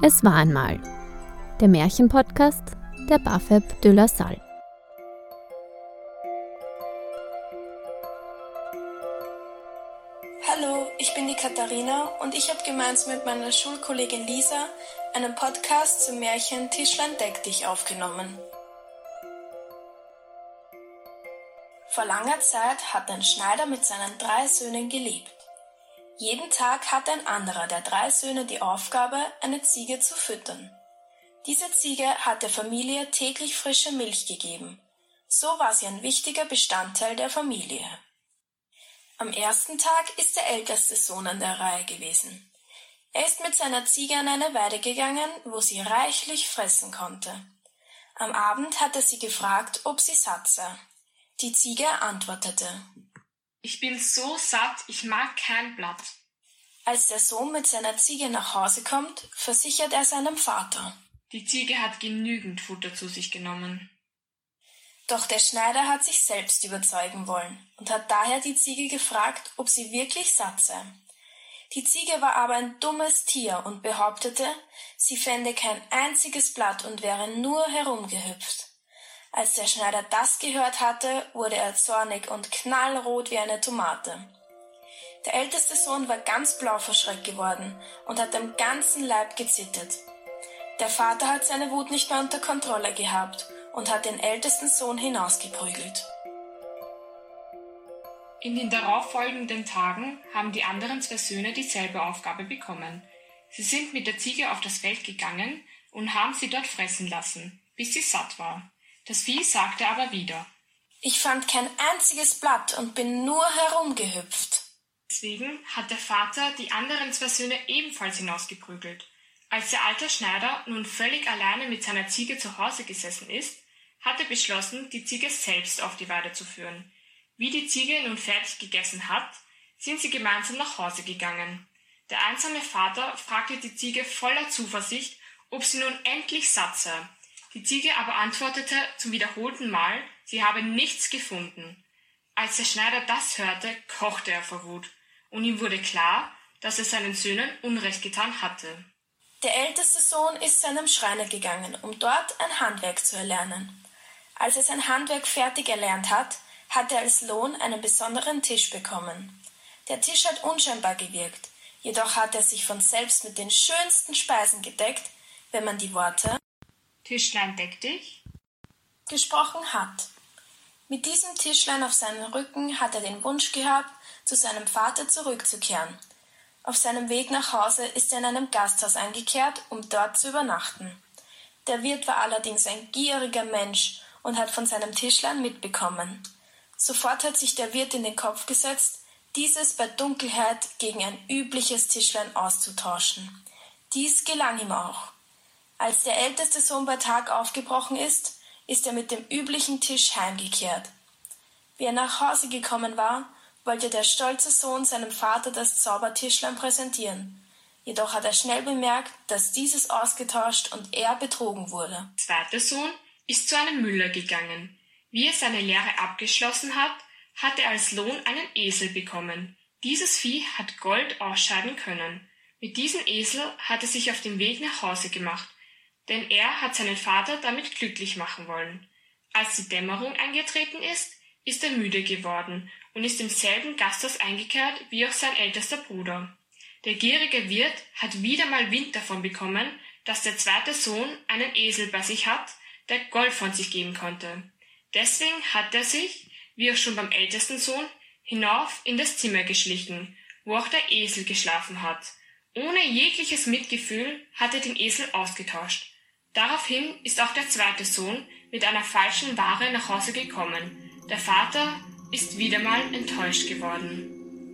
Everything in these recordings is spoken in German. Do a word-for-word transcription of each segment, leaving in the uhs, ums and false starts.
Es war einmal. Der Märchenpodcast der Bafeb de la Salle. Hallo, ich bin die Katharina und ich habe gemeinsam mit meiner Schulkollegin Lisa einen Podcast zum Märchen Tischlein deck dich aufgenommen. Vor langer Zeit hat ein Schneider mit seinen drei Söhnen gelebt. Jeden Tag hatte ein anderer der drei Söhne die Aufgabe, eine Ziege zu füttern. Diese Ziege hat der Familie täglich frische Milch gegeben. So war sie ein wichtiger Bestandteil der Familie. Am ersten Tag ist der älteste Sohn an der Reihe gewesen. Er ist mit seiner Ziege an eine Weide gegangen, wo sie reichlich fressen konnte. Am Abend hat er sie gefragt, ob sie satt sei. Die Ziege antwortete: Ich bin so satt, ich mag kein Blatt. Als der Sohn mit seiner Ziege nach Hause kommt, versichert er seinem Vater: Die Ziege hat genügend Futter zu sich genommen. Doch der Schneider hat sich selbst überzeugen wollen und hat daher die Ziege gefragt, ob sie wirklich satt sei. Die Ziege war aber ein dummes Tier und behauptete, sie fände kein einziges Blatt und wäre nur herumgehüpft. Als der Schneider das gehört hatte, wurde er zornig und knallrot wie eine Tomate. Der älteste Sohn war ganz blau vor Schreck geworden und hat am ganzen Leib gezittert. Der Vater hat seine Wut nicht mehr unter Kontrolle gehabt und hat den ältesten Sohn hinausgeprügelt. In den darauffolgenden Tagen haben die anderen zwei Söhne dieselbe Aufgabe bekommen. Sie sind mit der Ziege auf das Feld gegangen und haben sie dort fressen lassen, bis sie satt war. Das Vieh sagte aber wieder: Ich fand kein einziges Blatt und bin nur herumgehüpft. Deswegen hat der Vater die anderen zwei Söhne ebenfalls hinausgeprügelt. Als der alte Schneider nun völlig alleine mit seiner Ziege zu Hause gesessen ist, hat er beschlossen, die Ziege selbst auf die Weide zu führen. Wie die Ziege nun fertig gegessen hat, sind sie gemeinsam nach Hause gegangen. Der einsame Vater fragte die Ziege voller Zuversicht, ob sie nun endlich satt sei. Die Ziege aber antwortete zum wiederholten Mal, sie habe nichts gefunden. Als der Schneider das hörte, kochte er vor Wut, und ihm wurde klar, dass er seinen Söhnen Unrecht getan hatte. Der älteste Sohn ist zu einem Schreiner gegangen, um dort ein Handwerk zu erlernen. Als er sein Handwerk fertig erlernt hat, hat er als Lohn einen besonderen Tisch bekommen. Der Tisch hat unscheinbar gewirkt, jedoch hat er sich von selbst mit den schönsten Speisen gedeckt, wenn man die Worte Tischlein deck dich gesprochen hat. Mit diesem Tischlein auf seinem Rücken hat er den Wunsch gehabt, zu seinem Vater zurückzukehren. Auf seinem Weg nach Hause ist er in einem Gasthaus eingekehrt, um dort zu übernachten. Der Wirt war allerdings ein gieriger Mensch und hat von seinem Tischlein mitbekommen. Sofort hat sich der Wirt in den Kopf gesetzt, dieses bei Dunkelheit gegen ein übliches Tischlein auszutauschen. Dies gelang ihm auch. Als der älteste Sohn bei Tag aufgebrochen ist, ist er mit dem üblichen Tisch heimgekehrt. Wie er nach Hause gekommen war, wollte der stolze Sohn seinem Vater das Zaubertischlein präsentieren. Jedoch hat er schnell bemerkt, dass dieses ausgetauscht und er betrogen wurde. Der zweite Sohn ist zu einem Müller gegangen. Wie er seine Lehre abgeschlossen hat, hat er als Lohn einen Esel bekommen. Dieses Vieh hat Gold ausscheiden können. Mit diesem Esel hat er sich auf den Weg nach Hause gemacht, denn er hat seinen Vater damit glücklich machen wollen. Als die Dämmerung eingetreten ist, ist er müde geworden und ist im selben Gasthaus eingekehrt wie auch sein ältester Bruder. Der gierige Wirt hat wieder mal Wind davon bekommen, dass der zweite Sohn einen Esel bei sich hat, der Gold von sich geben konnte. Deswegen hat er sich, wie auch schon beim ältesten Sohn, hinauf in das Zimmer geschlichen, wo auch der Esel geschlafen hat. Ohne jegliches Mitgefühl hat er den Esel ausgetauscht. Daraufhin ist auch der zweite Sohn mit einer falschen Ware nach Hause gekommen. Der Vater ist wieder mal enttäuscht geworden.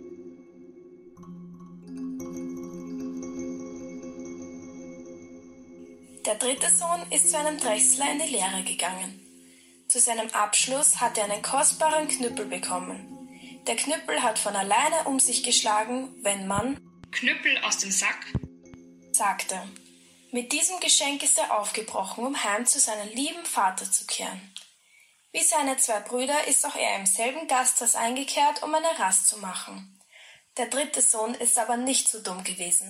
Der dritte Sohn ist zu einem Drechsler in die Lehre gegangen. Zu seinem Abschluss hat er einen kostbaren Knüppel bekommen. Der Knüppel hat von alleine um sich geschlagen, wenn man Knüppel aus dem Sack sagte. Mit diesem Geschenk ist er aufgebrochen, um heim zu seinem lieben Vater zu kehren. Wie seine zwei Brüder ist auch er im selben Gasthaus eingekehrt, um eine Rast zu machen. Der dritte Sohn ist aber nicht so dumm gewesen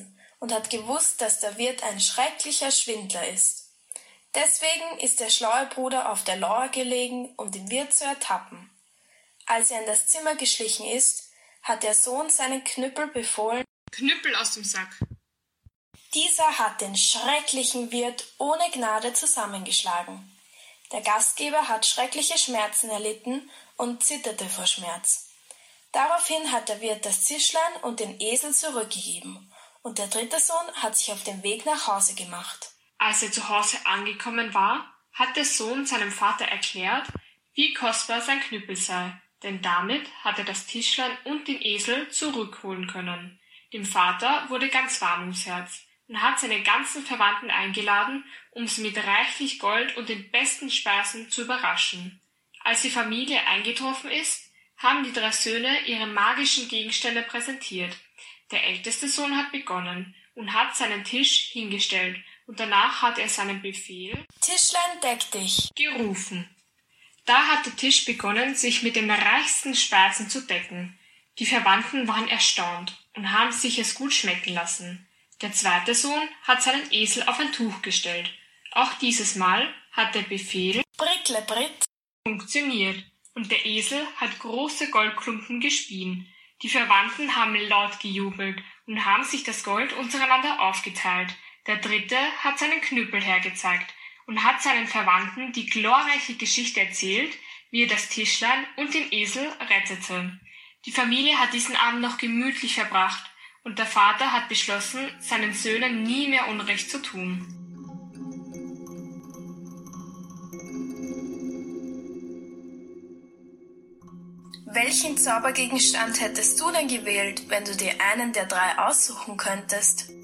und hat gewusst, dass der Wirt ein schrecklicher Schwindler ist. Deswegen ist der schlaue Bruder auf der Lauer gelegen, um den Wirt zu ertappen. Als er in das Zimmer geschlichen ist, hat der Sohn seinen Knüppel befohlen, Knüppel aus dem Sack. Dieser hat den schrecklichen Wirt ohne Gnade zusammengeschlagen. Der Gastgeber hat schreckliche Schmerzen erlitten und zitterte vor Schmerz. Daraufhin hat der Wirt das Tischlein und den Esel zurückgegeben, und der dritte Sohn hat sich auf den Weg nach Hause gemacht. Als er zu Hause angekommen war, hat der Sohn seinem Vater erklärt, wie kostbar sein Knüppel sei, denn damit hat er das Tischlein und den Esel zurückholen können. Dem Vater wurde ganz warm ums Herz und hat seine ganzen Verwandten eingeladen, um sie mit reichlich Gold und den besten Speisen zu überraschen. Als die Familie eingetroffen ist, haben die drei Söhne ihre magischen Gegenstände präsentiert. Der älteste Sohn hat begonnen und hat seinen Tisch hingestellt, und danach hat er seinen Befehl »Tischlein, deck dich« gerufen. Da hat der Tisch begonnen, sich mit den reichsten Speisen zu decken. Die Verwandten waren erstaunt und haben sich es gut schmecken lassen. Der zweite Sohn hat seinen Esel auf ein Tuch gestellt. Auch dieses Mal hat der Befehl »Brickle Britt« funktioniert, und der Esel hat große Goldklumpen gespien. Die Verwandten haben laut gejubelt und haben sich das Gold untereinander aufgeteilt. Der dritte hat seinen Knüppel hergezeigt und hat seinen Verwandten die glorreiche Geschichte erzählt, wie er das Tischlein und den Esel rettete. Die Familie hat diesen Abend noch gemütlich verbracht, und der Vater hat beschlossen, seinen Söhnen nie mehr Unrecht zu tun. Welchen Zaubergegenstand hättest du denn gewählt, wenn du dir einen der drei aussuchen könntest?